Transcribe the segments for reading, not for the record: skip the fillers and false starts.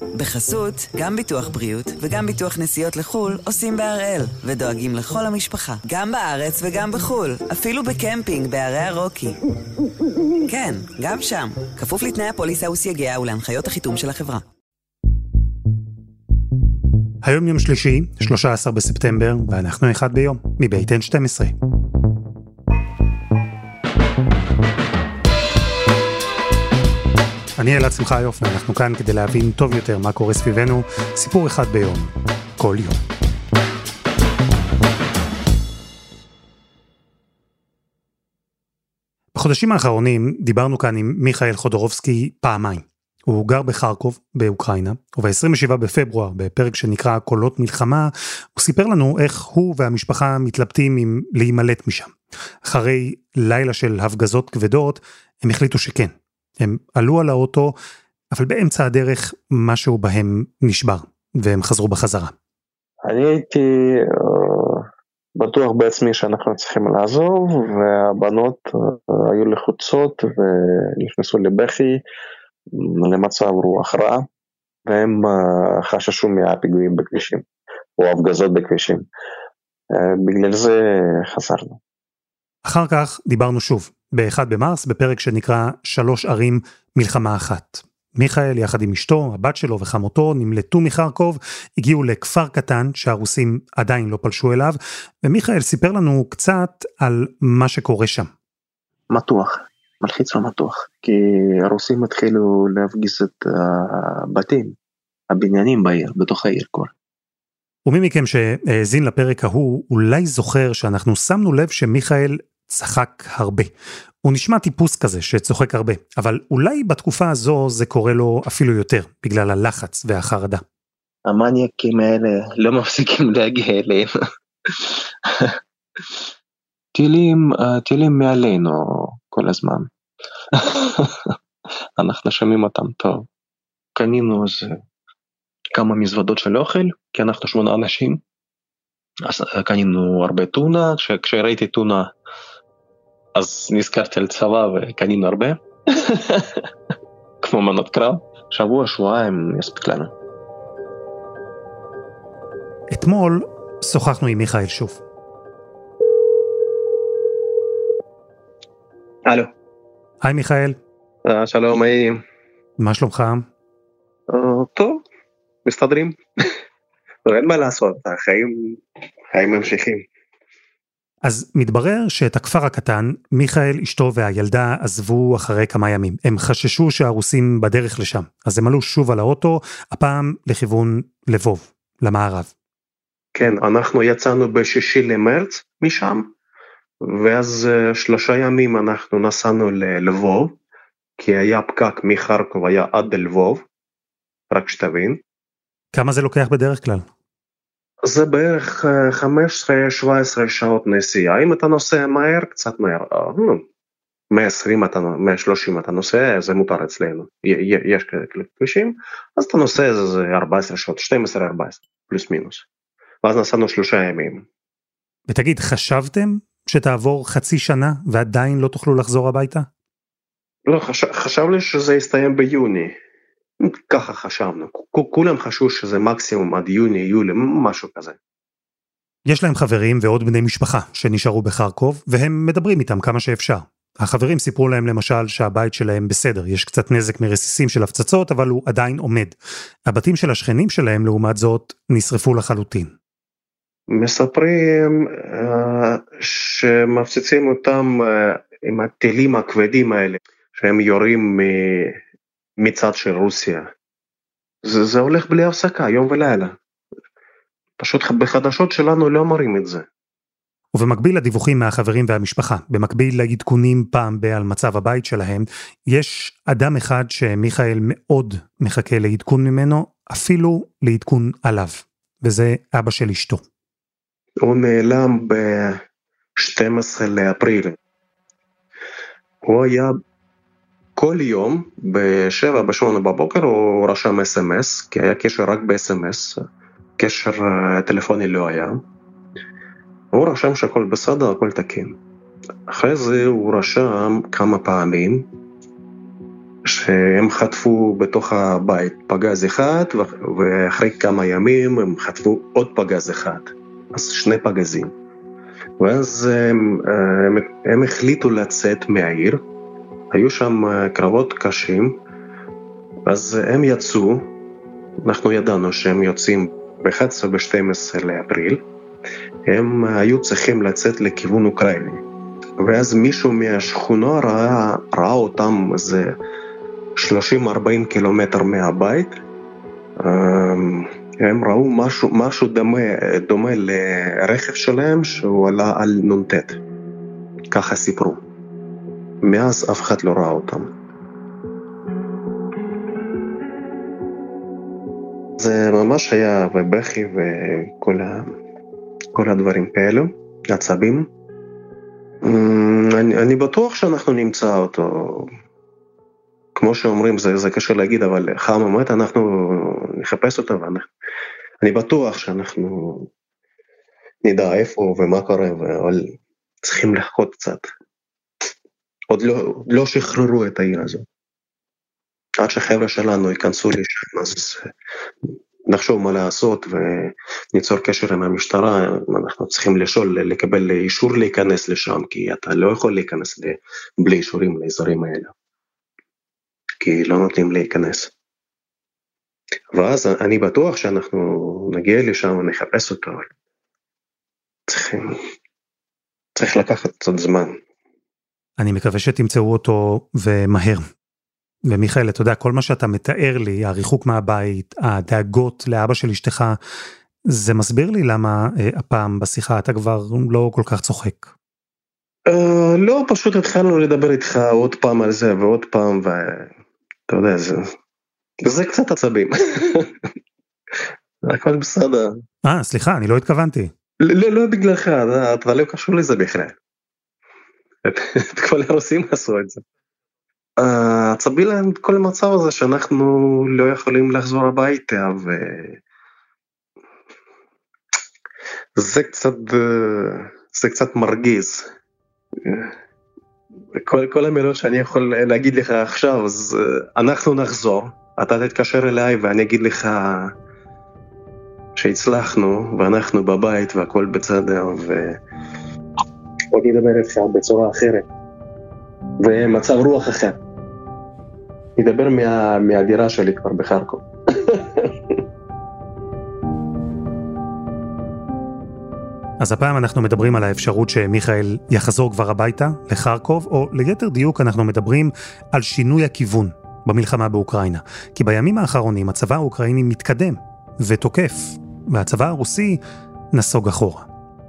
בחסות, גם ביטוח בריאות וגם ביטוח נסיעות לחול עושים בהראל, ודואגים לכל המשפחה, גם בארץ וגם בחול, אפילו בקמפינג בערי הרוקי. כן, גם שם, כפוף לתנאי הפוליסה וסייגיה ולהנחיות החיתום של החברה. היום יום שלישי, 13 בספטמבר, ואנחנו אחד ביום, מבית N12. אני אלעד שמחה יופי, ואנחנו כאן כדי להבין טוב יותר מה קורה סביבנו, סיפור אחד ביום, כל יום. בחודשים האחרונים דיברנו כאן עם מיכאל חודורובסקי פעמיים. הוא גר בחרקוב, באוקראינה, וב-27 בפברואר, בפרק שנקרא קולות מלחמה, הוא סיפר לנו איך הוא והמשפחה מתלבטים עם להימלט משם. אחרי לילה של הפגזות כבדות, הם החליטו שכן. הם עלו על האוטו, אבל באמצע הדרך משהו בהם נשבר, והם חזרו בחזרה. אני הייתי בטוח בעצמי שאנחנו צריכים לעזוב, והבנות היו לחוצות ונכנסו לבכי, למצב רוח רע, והם חששו מהפיגועים בכבישים, או הפגזות בכבישים. בגלל זה חזרנו. אחר כך דיברנו שוב, ב-1 במרס, בפרק שנקרא 3 ערים מלחמה אחת. מיכאל יחד עם אשתו, הבת שלו וחמותו נמלטו מחרקוב, הגיעו לכפר קטן שהרוסים עדיין לא פלשו אליו, ומיכאל סיפר לנו קצת על מה שקורה שם. מתוח, מלחיץ ומתוח, כי הרוסים התחילו להפגיז את הבתים, הבניינים בעיר, בתוך העיר כבר. ומי מכם שהאזין לפרק ההוא, אולי זוכר שאנחנו שמנו לב שמיכאל צחק הרבה. הוא נשמע טיפוס כזה שצוחק הרבה, אבל אולי בתקופה הזו זה קורה לו אפילו יותר, בגלל הלחץ והחרדה. המניאקים האלה לא מפסיקים להגיע אליהם. טילים מעלינו כל הזמן. אנחנו שומעים אותם טוב. קנינו כמה מזוודות של אוכל, כי אנחנו 8 אנשים. אז קנינו הרבה טונה, כשראיתי טונה, אז נזכרתי על צבא וקנינו הרבה. כמו מנות קרב. שבועיים יספיק לנו. אתמול שוחחנו עם מיכאל שוב. הלו. היי מיכאל. שלום, מה שלומך? טוב, מסתדרים. אין מה לעשות, החיים ממשיכים. אז מתברר שאת הכפר הקטן, מיכאל, אשתו והילדה עזבו אחרי כמה ימים. הם חששו שהרוסים בדרך לשם, אז הם עלו שוב על האוטו, הפעם לכיוון לבוב, למערב. כן, אנחנו יצאנו ב6 למרץ משם, ואז 3 ימים אנחנו נסענו ללבוב, כי היה פקק מחרקוב, היה עד לבוב, רק שתבין. כמה זה לוקח בדרך כלל? זה בערך 15-17 שעות נסיעה. אם אתה נוסע מהר, קצת מהר, 120, 130 אתה נוסע, זה מותר אצלנו. יש כבישים, אז אתה נוסע זה 14 שעות, 12-14, פלוס מינוס. ואז נסענו 3 ימים. ותגיד, חשבתם שתעבור חצי שנה ועדיין לא תוכלו לחזור הביתה? לא, חשבנו שזה יסתיים ביוני. ככה חשבנו, כולם חשבו שזה מקסימום עד יוני, יולי, משהו כזה. יש להם חברים ועוד בני משפחה שנשארו בחרקוב, והם מדברים איתם כמה שאפשר. החברים סיפרו להם למשל שהבית שלהם בסדר, יש קצת נזק מרסיסים של הפצצות, אבל הוא עדיין עומד. הבתים של השכנים שלהם לעומת זאת נשרפו לחלוטין. מספרים שמפציצים אותם עם הטילים הכבדים האלה, שהם יורים מצד של רוסיה. זה הולך בלי הפסקה, יום ולילה. פשוט בחדשות שלנו לא מראים את זה. ובמקביל לדיווחים מהחברים והמשפחה, במקביל לעדכונים פעם על מצב הבית שלהם, יש אדם אחד שמיכאל מאוד מחכה לעדכון ממנו, אפילו לעדכון עליו, וזה אבא של אשתו. הוא נעלם ב-12 לאפריל. הוא היה כל יום ב-7-8 בבוקר הוא רשם SMS, כי היה קשר רק ב-SMS, קשר טלפוני לא היה. הוא רשם שהכל בסדר, הכל תקין. אחרי זה הוא רשם כמה פעמים, שהם חטפו בתוך הבית פגז אחד, ואחרי כמה ימים הם חטפו עוד פגז אחד, אז 2 פגזים. ואז הם החליטו לצאת מהעיר, היו שם קרבות קשים, אז הם יצאו, אנחנו ידענו שהם יוצאים ב-11 ב-12 לאפריל, הם היו צריכים לצאת לכיוון אוקראיני, ואז מישהו מהשכונה ראה אותם איזה 30-40 קילומטר מהבית, הם ראו משהו דומה לרכב שלהם שהוא עלה על נונטט, ככה סיפרו. מאז אף אחד לא ראה אותם. זה ממש היה ובכי וכל הדברים כאלו, עצבים. אני בטוח שאנחנו נמצא אותו, כמו שאומרים, זה קשה להגיד, אבל חם אמת, אנחנו נחפש אותו, אני בטוח שאנחנו נדע איפה ומה קורה, אבל צריכים לחכות קצת. עוד לא שחררו את העיר הזו. עד שחבר'ה שלנו ייכנסו לשם, אז נחשוב מה לעשות וניצור קשר עם המשטרה. אנחנו צריכים לקבל אישור להיכנס לשם, כי אתה לא יכול להיכנס בלי אישורים לאזורים האלה, כי לא נותנים להיכנס. ואז אני בטוח שאנחנו נגיע לשם ונחפש אותו. צריך לקחת קצת זמן. אני מקווה שתמצאו אותו ומהר. ומיכאל, אתה יודע, כל מה שאתה מתאר לי, הריחוק מהבית, הדאגות לאבא של אשתך, זה מסביר לי למה הפעם בשיחה אתה כבר לא כל כך צוחק. לא, פשוט התחלנו לדבר איתך עוד פעם על זה ועוד פעם, ואתה יודע, זה קצת עצבים. הכל בסדר. סליחה, אני לא התכוונתי. לא בגללך, אתה לא קשור לזה בכלל. כל הרוסים עשו את זה. עצבי להם כל המצב הזה שאנחנו לא יכולים לחזור הביתה, וזה קצת מרגיז. כל המילות שאני יכול להגיד לך עכשיו, אז אנחנו נחזור, אתה תתקשר אליי ואני אגיד לך שהצלחנו ואנחנו בבית והכל בסדר, ואני אדבר איתך בצורה אחרת ומצב רוח אחר. נדבר מהדירה שלי כבר בחרקוב. אז הפעם אנחנו מדברים על האפשרות שמיכאל יחזור כבר הביתה לחרקוב, או ליתר דיוק אנחנו מדברים על שינוי הכיוון במלחמה באוקראינה. כי בימים האחרונים הצבא האוקראיני מתקדם ותוקף, והצבא הרוסי נסוג אחורה.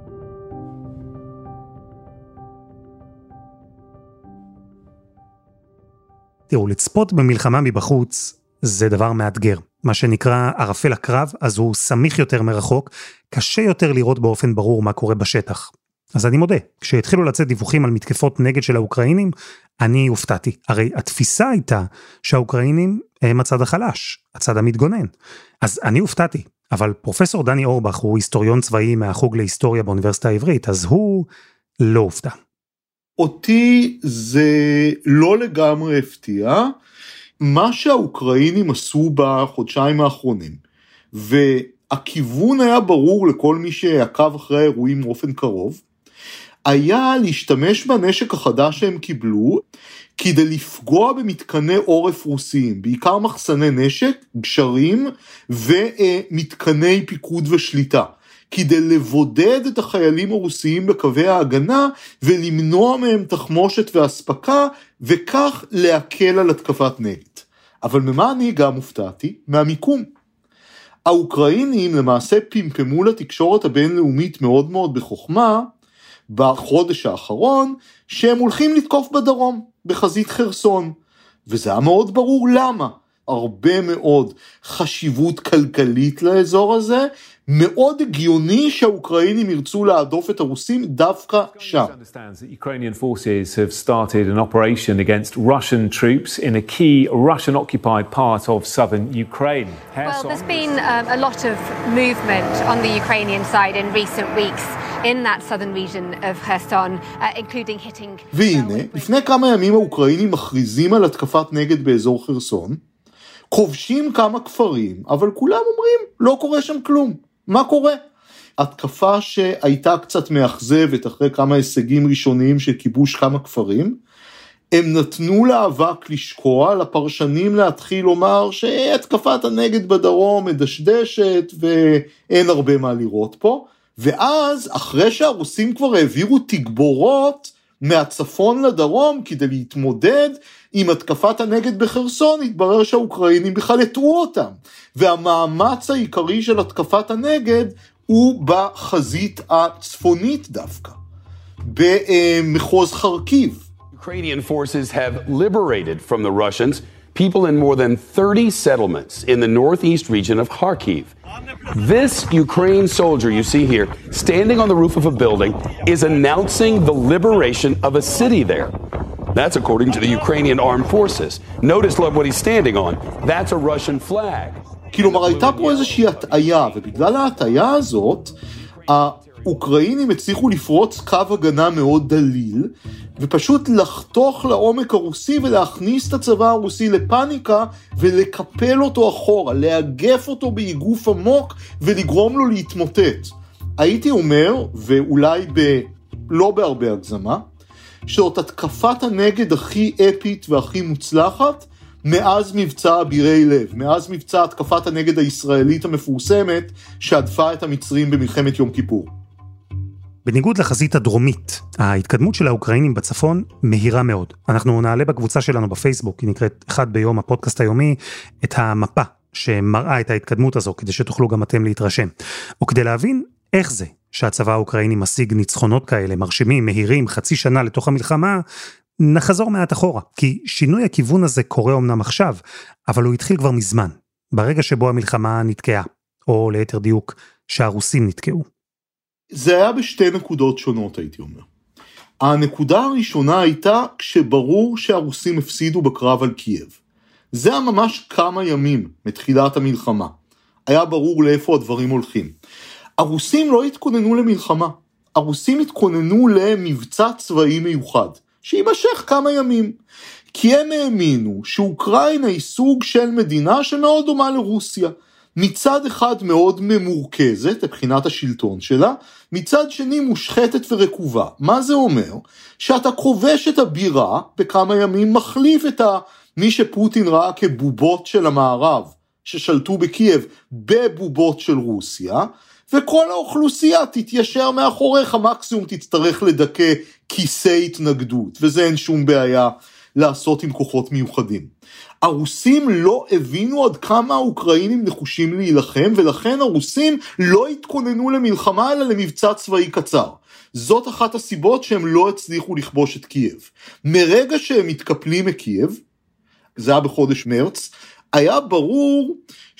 תראו, לצפות במלחמה מבחוץ זה דבר מאתגר. מה שנקרא ערפל הקרב, אז הוא סמיך יותר מרחוק, קשה יותר לראות באופן ברור מה קורה בשטח. אז אני מודה, כשהתחילו לצאת דיווחים על מתקפות נגד של האוקראינים, אני הופתעתי. הרי התפיסה הייתה שהאוקראינים הם הצד החלש, הצד המתגונן. אז אני הופתעתי, אבל פרופסור דני אורבך הוא היסטוריון צבאי מהחוג להיסטוריה באוניברסיטה העברית, אז הוא לא הופתע. אותי זה לא לגמרי הפתיע, מה שהאוקראינים עשו בחודשיים האחרונים, והכיוון היה ברור לכל מי שעקב אחרי האירועים באופן קרוב, היה להשתמש בנשק החדש שהם קיבלו, כדי לפגוע במתקני עורף רוסיים, בעיקר מחסני נשק, גשרים ומתקני פיקוד ושליטה, כדי לבודד את החיילים הרוסיים בקווי ההגנה, ולמנוע מהם תחמושת והספקה, וכך להקל על התקפת נגד. אבל ממה אני גם הופתעתי? מהמיקום. האוקראינים למעשה פמפמו לתקשורת הבינלאומית מאוד מאוד בחוכמה, בחודש האחרון, שהם הולכים לתקוף בדרום, בחזית חרסון. וזה היה מאוד ברור למה. הרבה מאוד חשיבות כלכלית לאזור הזה, מאוד הגיוני שהאוקראינים ירצו להדוף את הרוסים דווקא שם. Ukrainian forces have started an operation against Russian troops in a key Russian-occupied part of southern Ukraine. Well, there's been a lot of movement on the Ukrainian side in recent weeks in that southern region of Kherson, including hitting... והנה, לפני כמה ימים האוקראינים מכריזים על התקפת נגד באזור חרסון, כובשים כמה כפרים, אבל כולם אומרים, לא קורה שם כלום. מה קורה? התקפה שהייתה קצת מאכזבת אחרי כמה הישגים ראשוניים של כיבוש כמה כפרים, הם נתנו לאבק לשקוע, לפרשנים להתחיל לומר שהתקפת הנגד בדרום מדשדשת ואין הרבה מה לראות פה, ואז אחרי שהרוסים כבר העבירו תגבורות מהצפון לדרום כדי להתמודד עם התקפת הנגד בחרסון, התברר שהאוקראינים בכלל הטעו אותם, והמאמץ העיקרי של התקפת הנגד הוא בחזית הצפונית דווקא, במחוז חרקיב. Ukrainian forces have liberated from the Russians people in more than 30 settlements in the northeast region of Kharkiv. This Ukraine soldier you see here, standing on the roof of a building, is announcing the liberation of a city there. That's according to the Ukrainian armed forces. Notice what he's standing on. That's a Russian flag. כלומר, הייתה פה איזושהי הטעיה, ובגלל ההטעיה הזאת, האוקראינים הצליחו לפרוץ קו הגנה מאוד דליל, ופשוט לחתוך לעומק הרוסי ולהכניס את הצבא הרוסי לפניקה, ולקפל אותו אחורה, להגף אותו באיגוף עמוק, ולגרום לו להתמוטט. הייתי אומר, ואולי לא בהרבה הגזמה, שזאת התקפת הנגד הכי אפית והכי מוצלחת, מאז מבצע אבירי לב, מאז מבצע התקפת הנגד הישראלית המפורסמת, שעדפה את המצרים במלחמת יום כיפור. בניגוד לחזית הדרומית, ההתקדמות של האוקראינים בצפון מהירה מאוד. אנחנו נעלה בקבוצה שלנו בפייסבוק, היא נקראת אחד ביום הפודקאסט היומי, את המפה שמראה את ההתקדמות הזו, כדי שתוכלו גם אתם להתרשם. וכדי להבין איך זה שהצבא האוקראיני משיג ניצחונות כאלה, מרשימים, מהירים, חצי שנה לתוך המלחמה, נחזור מעט אחורה, כי שינוי הכיוון הזה קורה אומנם עכשיו, אבל הוא התחיל כבר מזמן, ברגע שבו המלחמה נתקעה, או ליתר דיוק, שהרוסים נתקעו. זה היה בשתי נקודות שונות, הייתי אומר. הנקודה הראשונה הייתה כשברור שהרוסים הפסידו בקרב על קייב. זה היה ממש כמה ימים מתחילת המלחמה. היה ברור לאיפה הדברים הולכים. הרוסים לא התכוננו למלחמה. הרוסים התכוננו למבצע צבאי מיוחד, שימשך כמה ימים. כי הם האמינו שאוקראינה היא סוג של מדינה שמאוד דומה לרוסיה. מצד אחד מאוד ממורכזת, מבחינת השלטון שלה, מצד שני מושחתת ורקובה. מה זה אומר? שאתה כובש את הבירה, בכמה ימים מחליף את מי שפוטין ראה כבובות של המערב, ששלטו בקייב בבובות של רוסיה, וכל האוכלוסייה תתיישר מאחוריך, מקסימום תצטרך לדכא כיסא התנגדות, וזה אין שום בעיה לעשות עם כוחות מיוחדים. הרוסים לא הבינו עד כמה האוקראינים נחושים להילחם, ולכן הרוסים לא התכוננו למלחמה אלא למבצע צבאי קצר. זאת אחת הסיבות שהם לא הצליחו לכבוש את קייב. מרגע שהם מתקפלים מקייב, זה היה בחודש מרץ, היה ברור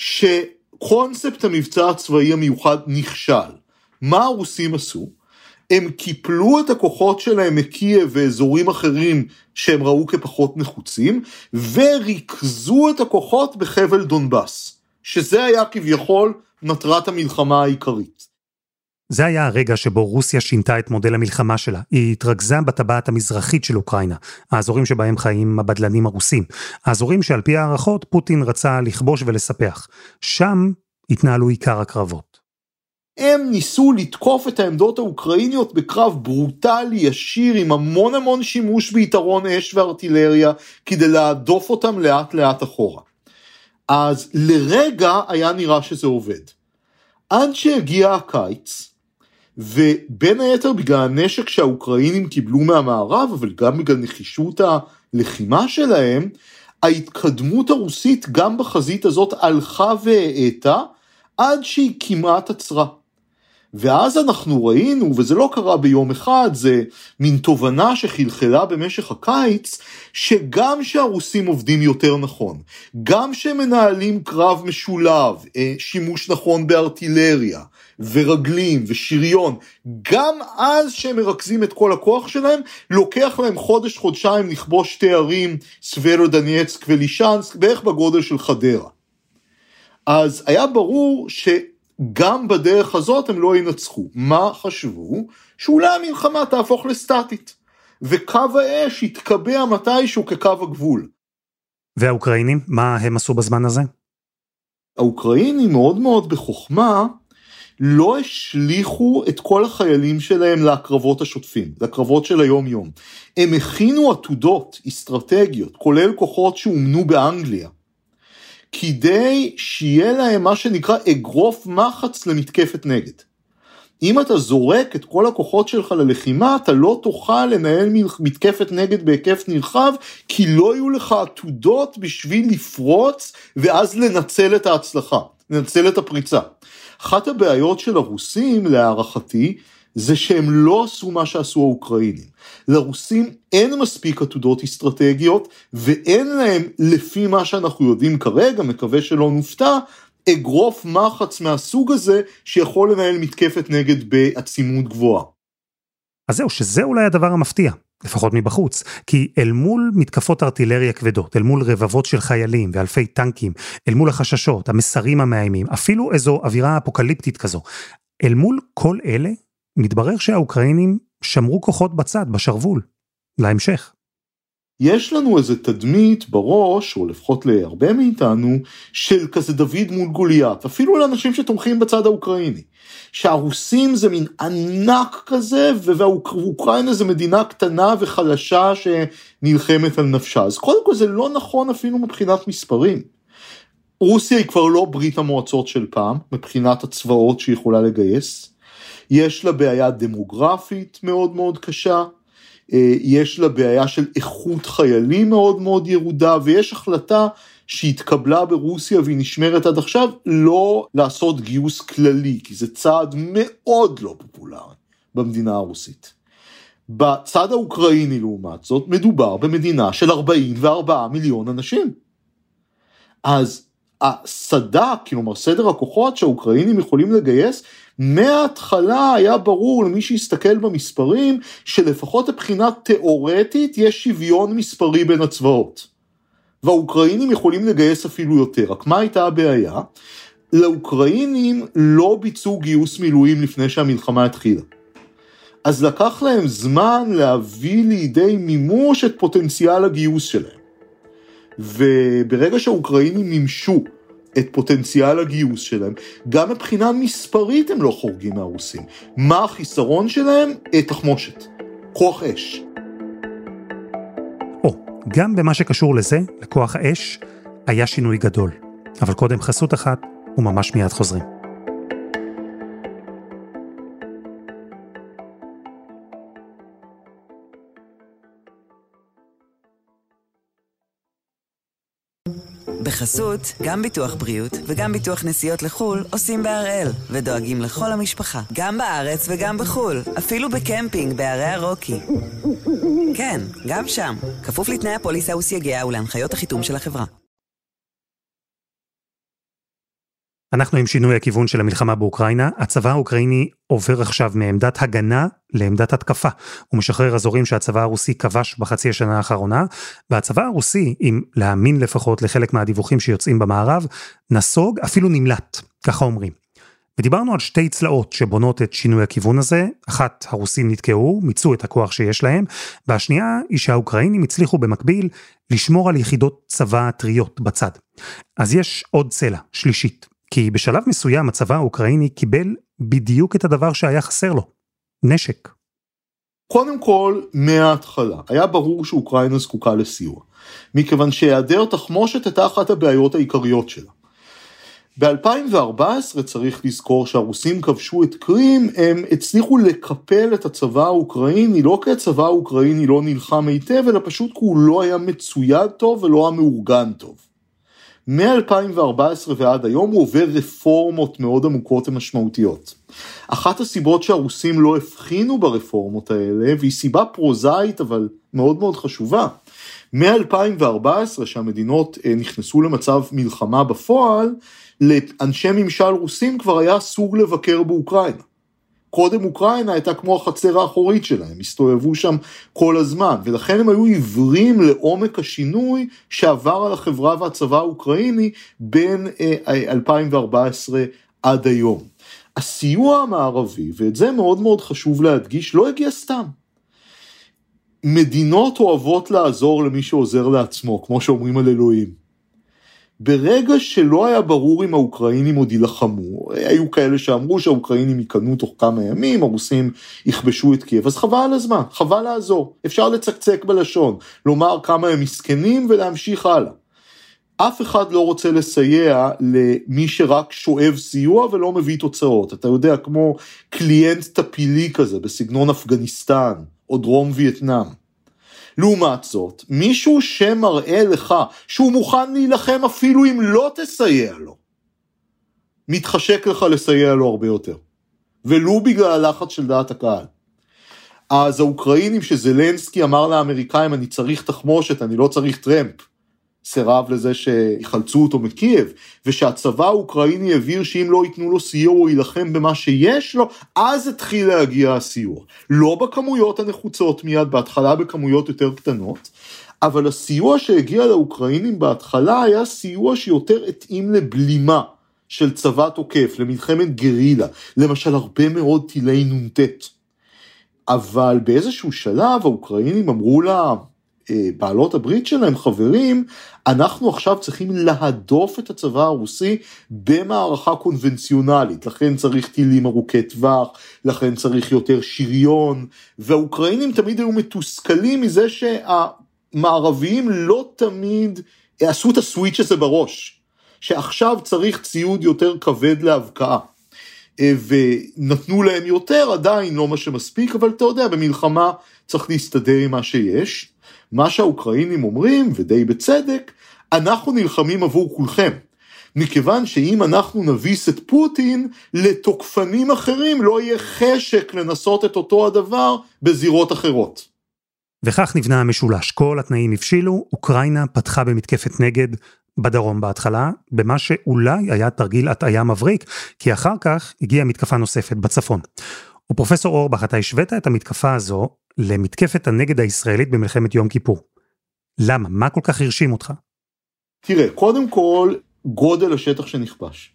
שקונספט המבצע הצבאי המיוחד נכשל. מה הרוסים עשו? הם קיפלו את הכוחות שלהם מקייב ואזורים אחרים שהם ראו כפחות נחוצים, וריכזו את הכוחות בחבל דונבאס, שזה היה כביכול מטרת המלחמה העיקרית. זה היה הרגע שבו רוסיה שינתה את מודל המלחמה שלה. היא התרכזה בטבעת המזרחית של אוקראינה, האזורים שבהם חיים הבדלנים הרוסים, האזורים שעל פי הערכות פוטין רצה לכבוש ולספח. שם התנהלו עיקר הקרבות. הם ניסו לתקוף את העמדות האוקראיניות בקרב ברוטלי, ישיר, עם המון שימוש ביתרון אש וארטילריה, כדי להדוף אותם לאט לאט אחורה. אז לרגע היה נראה שזה עובד. עד שהגיע הקיץ, ובין היתר בגלל הנשק שהאוקראינים קיבלו מהמערב, אבל גם בגלל נחישות הלחימה שלהם, ההתקדמות הרוסית גם בחזית הזאת הלכה והאטה, עד שהיא כמעט עצרה. ואז אנחנו ראינו, וזה לא קרה ביום אחד, זה מין תובנה שחלחלה במשך הקיץ, שגם שהרוסים עובדים יותר נכון, גם שמנהלים קרב משולב, שימוש נכון בארטילריה, ורגלים ושריון, גם אז שהם מרכזים את כל הכוח שלהם, לוקח להם חודש-חודשיים לכבוש שתי ערים, סברודנייצק ולישנסק, בערך בגודל של חדרה. אז היה ברור שגם בדרך הזאת הם לא ינצחו. מה חשבו? שאולי המלחמה תהפוך לסטטית, וקו האש יתקבע מתישהו כקו הגבול. והאוקראינים, מה הם עשו בזמן הזה? האוקראינים מאוד מאוד בחוכמה, לא השליחו את כל החיילים שלהם לקרבות השוטפים, לקרבות של היום יום. הם הכינו עתודות אסטרטגיות, כולל כוחות שאומנו באנגליה, כדי שיהיה להם מה שנקרא אגרוף מחץ למתקפת נגד. אם אתה זורק את כל הכוחות שלך ללחימה, אתה לא תוכל לנהל מתקפת נגד בהיקף נרחב, כי לא יהיו לך עתודות בשביל לפרוץ, ואז לנצל את ההצלחה, לנצל את הפריצה. אחת הבעיות של הרוסים, להערכתי, זה שהם לא עשו מה שעשו האוקראינים. לרוסים אין מספיק עתודות אסטרטגיות, ואין להם, לפי מה שאנחנו יודעים כרגע, מקווה שלא נופתע, אגרוף מחץ מהסוג הזה, שיכול לנהל מתקפת נגד בעצימות גבוהה. אז זהו, שזה אולי הדבר המפתיע, לפחות מבחוץ, כי אל מול מתקפות ארטילריה כבדות, אל מול רבבות של חיילים ואלפי טנקים, אל מול החששות, המסרים המאיימים, אפילו איזו אווירה אפוקליפטית כזו, אל מול כל אלה, מתברר שהאוקראינים שמרו כוחות בצד, בשרבול, להמשך. יש לנו איזה תדמית בראש, או לפחות להרבה מאיתנו, של כזה דוד מול גוליית, אפילו לאנשים שתומכים בצד האוקראיני, שהרוסים זה מין ענק כזה, ואוקראינה זה מדינה קטנה וחלשה שנלחמת על נפשה. אז קודם כל זה לא נכון אפילו מבחינת מספרים. רוסיה היא כבר לא ברית המועצות של פעם, מבחינת הצבאות שהיא יכולה לגייס. יש לה בעיה דמוגרפית מאוד מאוד קשה, יש לה בעיה של איכות חיילים מאוד מאוד ירודה, ויש החלטה שהתקבלה ברוסיה והיא נשמרת עד עכשיו, לא לעשות גיוס כללי, כי זה צעד מאוד לא פופולרי במדינה הרוסית. בצד האוקראיני לעומת זאת, מדובר במדינה של 44 מיליון אנשים. אז הסדק, כלומר סדר הכוחות שהאוקראינים יכולים לגייס, מההתחלה היה ברור למי שיסתכל במספרים, שלפחות מבחינה תיאורטית יש שוויון מספרי בין הצבאות. והאוקראינים יכולים לגייס אפילו יותר. רק מה הייתה הבעיה? לאוקראינים לא ביצעו גיוס מילואים לפני שהמלחמה התחילה. אז לקח להם זמן להביא לידי מימוש את פוטנציאל הגיוס שלהם. וברגע שהאוקראינים מימשו את פוטנציאל הגיוס שלהם, גם מבחינה מספרית הם לא חורגים מהרוסים. מה החיסרון שלהם? תחמושת, כוח אש. גם במה שקשור לזה, לכוח האש, היה שינוי גדול. אבל קודם חסות אחת, וממש מיד חוזרים. בחסות, גם ביטוח בריאות וגם ביטוח נסיעות לחול עושים בהראל, ודואגים לכל המשפחה, גם בארץ וגם בחול, אפילו בקמפינג בערי הרוקי. כן, גם שם, כפוף לתנאי הפוליסה וסייגיה ולהנחיות החיתום של החברה. אנחנו עם שינוי הכיוון של המלחמה באוקראינה. הצבא האוקראיני עובר עכשיו מעמדת הגנה לעמדת התקפה. הוא משחרר אזורים שהצבא הרוסי כבש בחצי השנה האחרונה, והצבא הרוסי, אם להאמין לפחות לחלק מהדיווחים שיוצאים במערב, נסוג, אפילו נמלט, ככה אומרים. ודיברנו על שתי צלעות שבונות את שינוי הכיוון הזה. אחת, הרוסים נתקעו, מיצו את הכוח שיש להם, והשנייה היא שהאוקראינים הצליחו במקביל לשמור על יחידות צבא טריות בצד. אז יש עוד צלע, שלישית. כי בשלב מסוים הצבא האוקראיני קיבל בדיוק את הדבר שהיה חסר לו, נשק. קודם כל, מההתחלה, היה ברור שאוקראינה זקוקה לסיוע, מכיוון שהיעדר תחמושת הייתה אחת הבעיות העיקריות שלה. ב-2014 צריך לזכור שהרוסים כבשו את קרים, הם הצליחו לקפל את הצבא האוקראיני, לא כי הצבא האוקראיני לא נלחם היטב, אלא פשוט כי הוא לא היה מצויד טוב ולא היה מאורגן טוב. מ-2014 ועד היום הוא עובר רפורמות מאוד עמוקות ומשמעותיות. אחת הסיבות שהרוסים לא הבחינו ברפורמות האלה, והיא סיבה פרוזאית אבל מאוד מאוד חשובה, מ-2014 שהמדינות נכנסו למצב מלחמה בפועל, לאנשי ממשל רוסים כבר היה אסור לבקר באוקראינה. קודם אוקראינה הייתה כמו החצר האחורית שלהם, הסתובבו שם כל הזמן, ולכן הם היו עיוורים לעומק השינוי שעבר על החברה והצבא האוקראיני בין 2014 עד היום. הסיוע המערבי, ואת זה מאוד מאוד חשוב להדגיש, לא הגיע סתם. מדינות אוהבות לעזור למי שעוזר לעצמו, כמו שאומרים על אלוהים. ברגע שלא היה ברור אם האוקראינים עוד ילחמו, היו כאלה שאמרו שהאוקראינים יקנו תוך כמה ימים, הרוסים יכבשו את קייב, אז חבל על הזמן, חבל לעזור, אפשר לצקצק בלשון, לומר כמה הם מסכנים ולהמשיך הלאה. אף אחד לא רוצה לסייע למי שרק שואב סיוע ולא מביא תוצאות, אתה יודע, כמו קליינט טפילי כזה, בסגנון אפגניסטן או דרום וייטנאם. לעומת זאת, מישהו שמראה לך שהוא מוכן להילחם אפילו אם לא תסייע לו, מתחשק לך לסייע לו הרבה יותר, ולו בגלל הלחץ של דעת הקהל. אז האוקראינים שזלנסקי אמר לאמריקאים, אני צריך תחמושת, אני לא צריך טרמפ, סירב לזה שיחלצו אותו מקייב, ושהצבא האוקראיני הבהיר שאם לא ייתנו לו סיוע הוא ילחם במה שיש לו, אז התחיל להגיע הסיוע. לא בכמויות הנחוצות מיד, בהתחלה בכמויות יותר קטנות, אבל הסיוע שהגיע לאוקראינים בהתחלה היה סיוע שיותר התאים לבלימה של צבא תוקף, למלחמת גרילה, למשל הרבה מאוד טילי נונטט. אבל באיזשהו שלב האוקראינים אמרו לה, בעלות הברית שלהם, חברים, אנחנו עכשיו צריכים להדוף את הצבא הרוסי במערכה קונבנציונלית, לכן צריך טילים ארוכי טווח, לכן צריך יותר שריון, והאוקראינים תמיד היו מתוסכלים מזה שהמערביים לא תמיד עשו את הסוויץ' הזה בראש, שעכשיו צריך ציוד יותר כבד להבקעה, ונתנו להם יותר, עדיין לא מה שמספיק, אבל אתה יודע, במלחמה צריך להסתדר עם מה שיש. מה שהאוקראינים אומרים, ודי בצדק, אנחנו נלחמים עבור כולכם, מכיוון שאם אנחנו נביס את פוטין, לתוקפנים אחרים לא יהיה חשק לנסות את אותו הדבר בזירות אחרות. וכך נבנה המשולש, כל התנאים הבשילו, אוקראינה פתחה במתקפת נגד בדרום בהתחלה, במה שאולי היה תרגיל הטעיה מבריק, כי אחר כך הגיעה מתקפה נוספת בצפון. ופרופסור אורבך, אתה השווית את המתקפה הזו למתקפת הנגד הישראלית במלחמת יום כיפור. למה? מה כל כך הרשים אותך? תראה, קודם כל, גודל השטח שנכבש.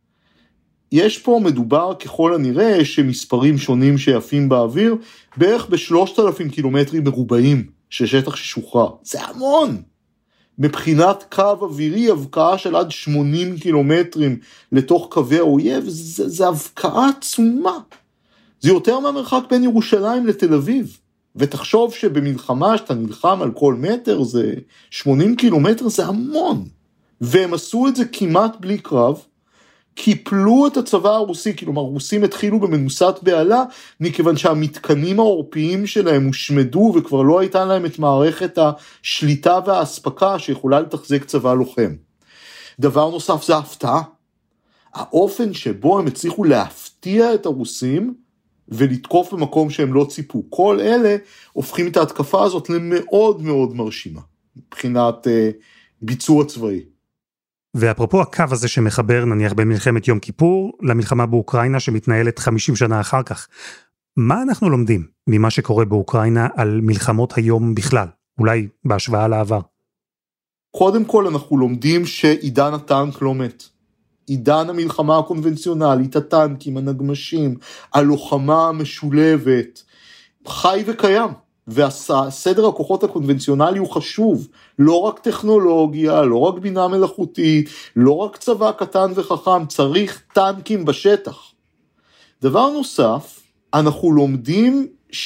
יש פה מדובר ככל הנראה שמספרים שונים שיפים באוויר, בערך ב3,000 קילומטרים מרובעים של שטח ששוחרר. זה המון. מבחינת קו אווירי, הבקעה של עד 80 קילומטרים לתוך קווי האויב, זה הבקעה עצומה. זה יותר מהמרחק בין ירושלים לתל אביב. ותחשוב שבמלחמה שאתה נלחם על כל מטר, זה 80 קילומטר, זה המון. והם עשו את זה כמעט בלי קרב, קיפלו את הצבא הרוסי, כלומר הרוסים התחילו במנוסת בעלה, מכיוון שהמתקנים העורפיים שלהם הושמדו, וכבר לא הייתה להם את מערכת השליטה וההספקה, שיכולה לתחזק צבא לוחם. דבר נוסף זה ההפתעה. האופן שבו הם הצליחו להפתיע את הרוסים, ולתקוף במקום שהם לא ציפו. כל אלה הופכים את ההתקפה הזאת למאוד מאוד מרשימה, מבחינת ביצוע צבאי. ואפרופו הקו הזה שמחבר נניח במלחמת יום כיפור, למלחמה באוקראינה שמתנהלת 50 שנה אחר כך, מה אנחנו לומדים ממה שקורה באוקראינה על מלחמות היום בכלל, אולי בהשוואה לעבר? קודם כל אנחנו לומדים שעידן הטנק לא מת. עידן המלחמה הקונבנציונלית, הטנקים, הנגמשים, הלוחמה המשולבת, חי וקיים. והסדר הכוחות הקונבנציונלי הוא חשוב, לא רק טכנולוגיה, לא רק בינה מלאכותית, לא רק צבא קטן וחכם, צריך טנקים בשטח. דבר נוסף, אנחנו לומדים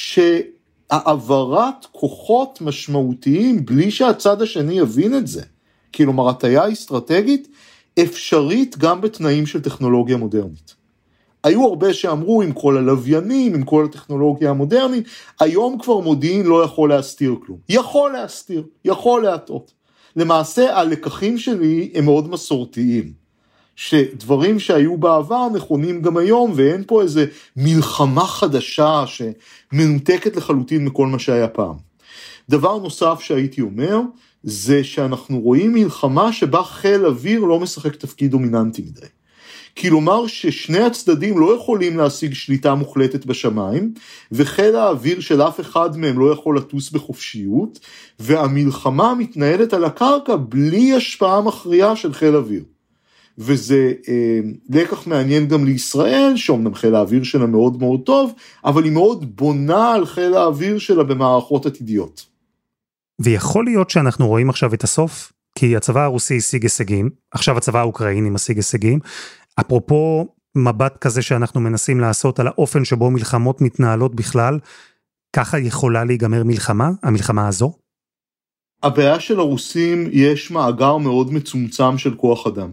שהעברת כוחות משמעותיים בלי שהצד השני יבין את זה, כלומר הטיה אסטרטגית אפשרית גם בתנאים של טכנולוגיה מודרנית. היו הרבה שאמרו עם כל הלוויינים, עם כל הטכנולוגיה המודרנית, היום כבר מודיעין לא יכול להסתיר כלום. יכול להסתיר, יכול להטעות. למעשה הלקחים שלי הם מאוד מסורתיים, שדברים שהיו בעבר נכונים גם היום, ואין פה איזה מלחמה חדשה שמנותקת לחלוטין מכל מה שהיה פעם. דבר נוסף שהייתי אומר, זה שאנחנו רואים מלחמה שבה חיל אוויר לא משחק תפקיד דומיננטי מדי. כלומר ששני הצדדים לא יכולים להשיג שליטה מוחלטת בשמיים, וחיל האוויר של אף אחד מהם לא יכול לטוס בחופשיות, והמלחמה מתנהלת על הקרקע בלי השפעה מכריעה של חיל אוויר. וזה לקח מעניין גם לישראל, שאומנם חיל האוויר שלה מאוד מאוד טוב, אבל היא מאוד בונה על חיל האוויר שלה במערכות עתידיות. ויכול להיות שאנחנו רואים עכשיו את הסוף, כי הצבא הרוסי השיג הישגים, עכשיו הצבא האוקראיני משיג הישגים, אפרופו מבט כזה שאנחנו מנסים לעשות על האופן שבו מלחמות מתנהלות בכלל, ככה יכולה להיגמר מלחמה, המלחמה הזו? הבעיה של הרוסים, יש מאגר מאוד מצומצם של כוח אדם.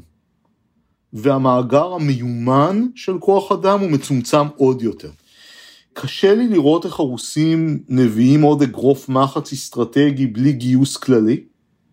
והמאגר המיומן של כוח אדם הוא מצומצם עוד יותר. קשה לי לראות איך הרוסים נביאים עוד אגרוף מחץ אסטרטגי בלי גיוס כללי,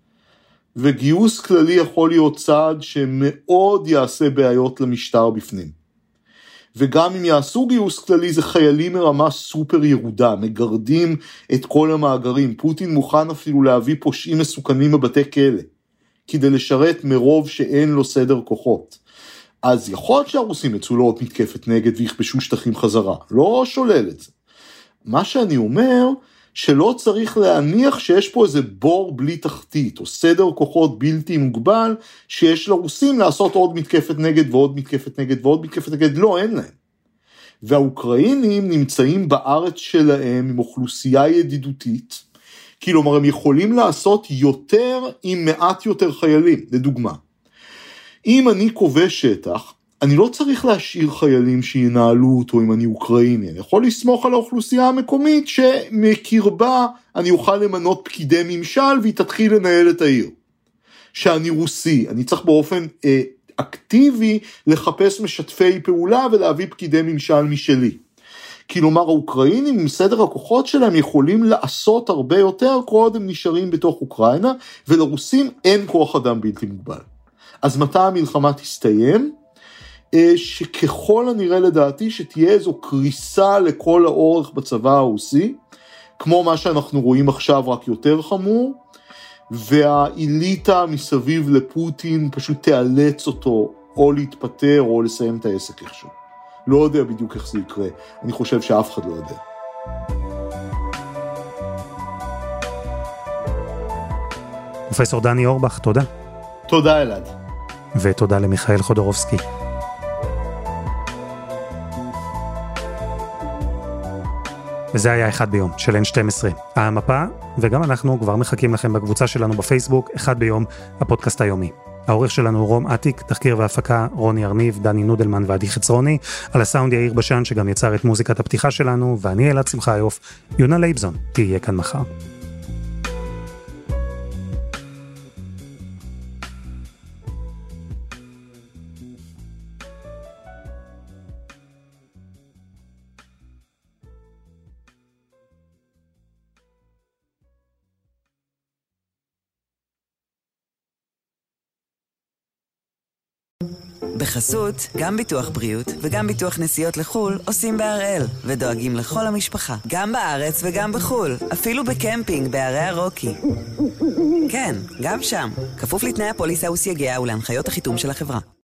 וגיוס כללי יכול להיות צעד שמאוד יעשה בעיות למשטר בפנים. וגם אם יעשו גיוס כללי, זה חיילים מרמה סופר ירודה, מגרדים את כל המאגרים. פוטין מוכן אפילו להביא פושעים מסוכנים בבתי כלא, כדי לשרת מרוב שאין לו סדר כוחות. אז יכול להיות שהרוסים יצאו לו עוד מתקפת נגד ויכבשו שטחים חזרה. לא שולל את זה. מה שאני אומר, שלא צריך להניח שיש פה איזה בור בלי תחתית, או סדר כוחות בלתי מוגבל, שיש לרוסים לעשות עוד מתקפת נגד ועוד מתקפת נגד ועוד מתקפת נגד. לא, אין להם. והאוקראינים נמצאים בארץ שלהם עם אוכלוסייה ידידותית, כלומר הם יכולים לעשות יותר עם מעט יותר חיילים. לדוגמה, אם אני כובש שטח, אני לא צריך להשאיר חיילים שינהלו אותו אם אני אוקראיני, אני יכול לסמוך על האוכלוסייה המקומית שמקרבה אני אוכל למנות פקידי ממשל והיא תתחיל לנהל את העיר. שאני רוסי, אני צריך באופן אקטיבי לחפש משתפי פעולה ולהביא פקידי ממשל משלי. כלומר האוקראינים עם סדר הכוחות שלהם יכולים לעשות הרבה יותר כל הם נשארים בתוך אוקראינה, ולרוסים אין כוח אדם בלתי מוגבל. אז מתי המלחמה תסתיים? שככל הנראה לדעתי שתהיה איזו קריסה לכל האורך בצבא הרוסי, כמו מה שאנחנו רואים עכשיו רק יותר חמור, והאליטה מסביב לפוטין פשוט תיאלץ אותו או להתפטר או לסיים את העסק איכשהו. לא יודע בדיוק איך זה יקרה, אני חושב שאף אחד לא יודע. פרופסור דני אורבך, תודה. תודה אלעד. ותודה למיכאל חודורובסקי. וזה היה אחד ביום של N12. המפה, וגם אנחנו כבר מחכים לכם בקבוצה שלנו בפייסבוק, אחד ביום, הפודקאסט היומי. העורך שלנו רום עתיק, תחקיר והפקה רוני ארניב, דני נודלמן ועדי חצרוני, על הסאונד יאיר בשן שגם יצר את מוזיקת הפתיחה שלנו, ואני אלעד שמחיוף, יונה לייבזון, תהיה כאן מחר. בחסות, גם ביטוח בריאות וגם ביטוח נסיעות לחול עושים בהראל ודואגים לכל המשפחה, גם בארץ וגם בחול, אפילו בקמפינג בערי הרוקי. כן, גם שם, כפוף לתנאי הפוליסה וסייגיה ולהנחיות החיתום של החברה.